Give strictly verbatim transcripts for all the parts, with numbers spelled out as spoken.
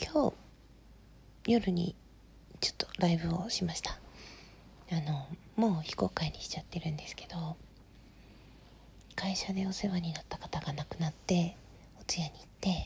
今日夜にちょっとライブをしました。あのもう非公開にしちゃってるんですけど、会社でお世話になった方が亡くなってお通夜に行って、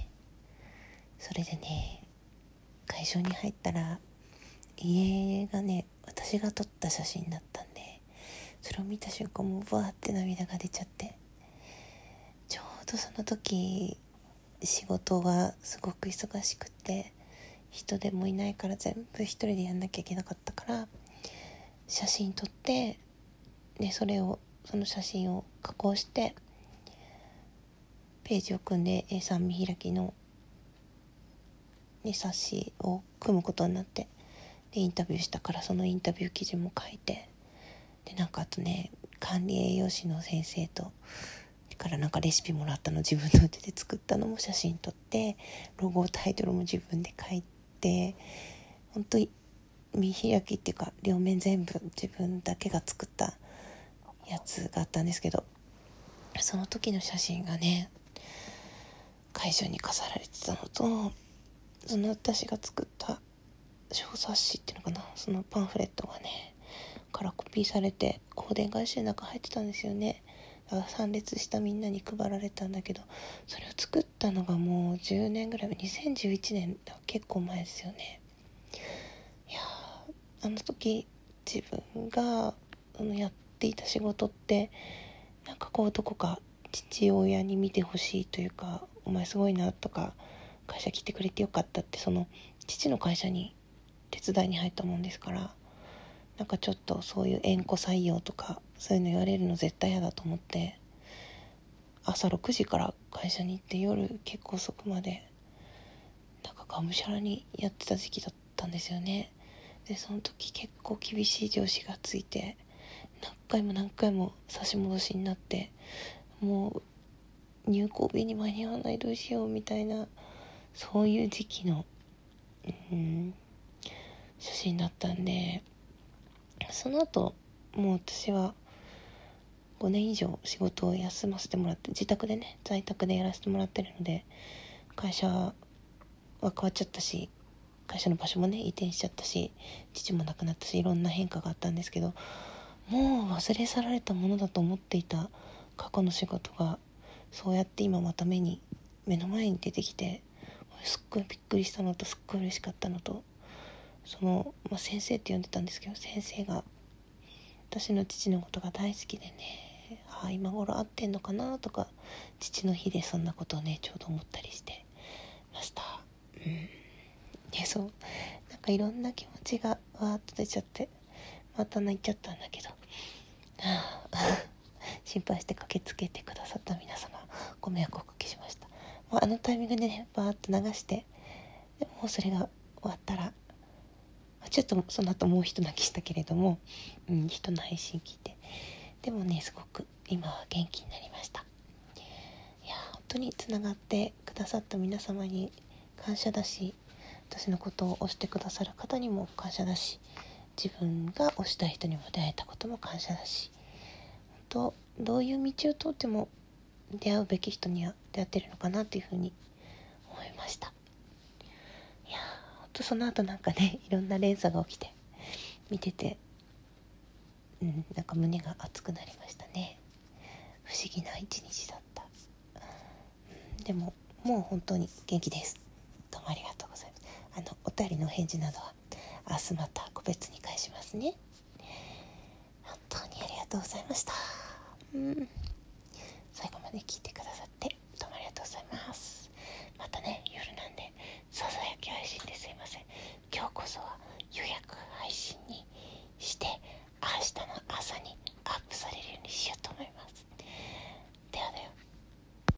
それでね会場に入ったら家がね私が撮った写真だったんで、それを見た瞬間もうバーって涙が出ちゃって、ちょうどその時仕事がすごく忙しくて人でもいないから全部一人でやんなきゃいけなかったから、写真撮ってでそれをその写真を加工してページを組んで エースリー 見開きの、ね、冊子を組むことになって、でインタビューしたからそのインタビュー記事も書いて、でなんかあとね管理栄養士の先生とからなんかレシピもらったの自分の手で作ったのも写真撮って、ロゴタイトルも自分で書いて、本当に見開きっていうか両面全部自分だけが作ったやつがあったんですけど、その時の写真がね会場に飾られてたのと、その私が作った小冊子っていうのかな、そのパンフレットがねからコピーされて香典返しの中入ってたんですよね。だから参列したみんなに配られたんだけど、それを作ったのがもうじゅうねんぐらい、にせんじゅういちねんだ、結構前ですよね。いやあの時自分があのやっていた仕事ってなんかこうどこか父親に見てほしいというか、お前すごいなとか会社来てくれてよかったって、その父の会社に手伝いに入ったもんですから、なんかちょっとそういう縁故採用とかそういうの言われるの絶対嫌だと思って、朝ろくじから会社に行って夜結構遅くまでなんかがむしゃらにやってた時期だったんですよね。でその時結構厳しい上司がついて、何回も何回も差し戻しになって、もう入校日に間に合わないどうしようみたいな、そういう時期の、うん、写真だったんで、その後もう私はごねん以上仕事を休ませてもらって、自宅でね在宅でやらせてもらってるので、会社は変わっちゃったし、会社の場所もね移転しちゃったし、父も亡くなったし、いろんな変化があったんですけど、もう忘れ去られたものだと思っていた過去の仕事がそうやって今また目に目の前に出てきて、すっごいびっくりしたのとすっごい嬉しかったのと、その、まあ、先生って呼んでたんですけど、先生が私の父のことが大好きでね、ああ今頃会ってんのかなとか、父の日でそんなことをねちょうど思ったりしてました。うん、でそうなんかいろんな気持ちがわーっと出ちゃってまた泣いちゃったんだけど、はあ、心配して駆けつけてくださった皆様ご迷惑をおかけしました。まあ、あのタイミングでねバーッと流して、でもうそれが終わったらちょっとその後もう一泣きしたけれども、うん、人の配信聞いて、でもねすごく今は元気になりました。いや本当につながってくださった皆様に感謝だし、私のことを推してくださる方にも感謝だし、自分が推したい人にも出会えたことも感謝だし、本当どういう道を通っても出会うべき人には出会ってるのかなというふうに思いました。いや本当その後なんかねいろんな連鎖が起きて見てて、うん、なんか胸が熱くなりましたね。不思議な一日だった、うん、でももう本当に元気です。どうもありがとうございます。あのお便りのお返事などは明日また個別に返しますね。本当にありがとうございました。うん、最後まで聞いて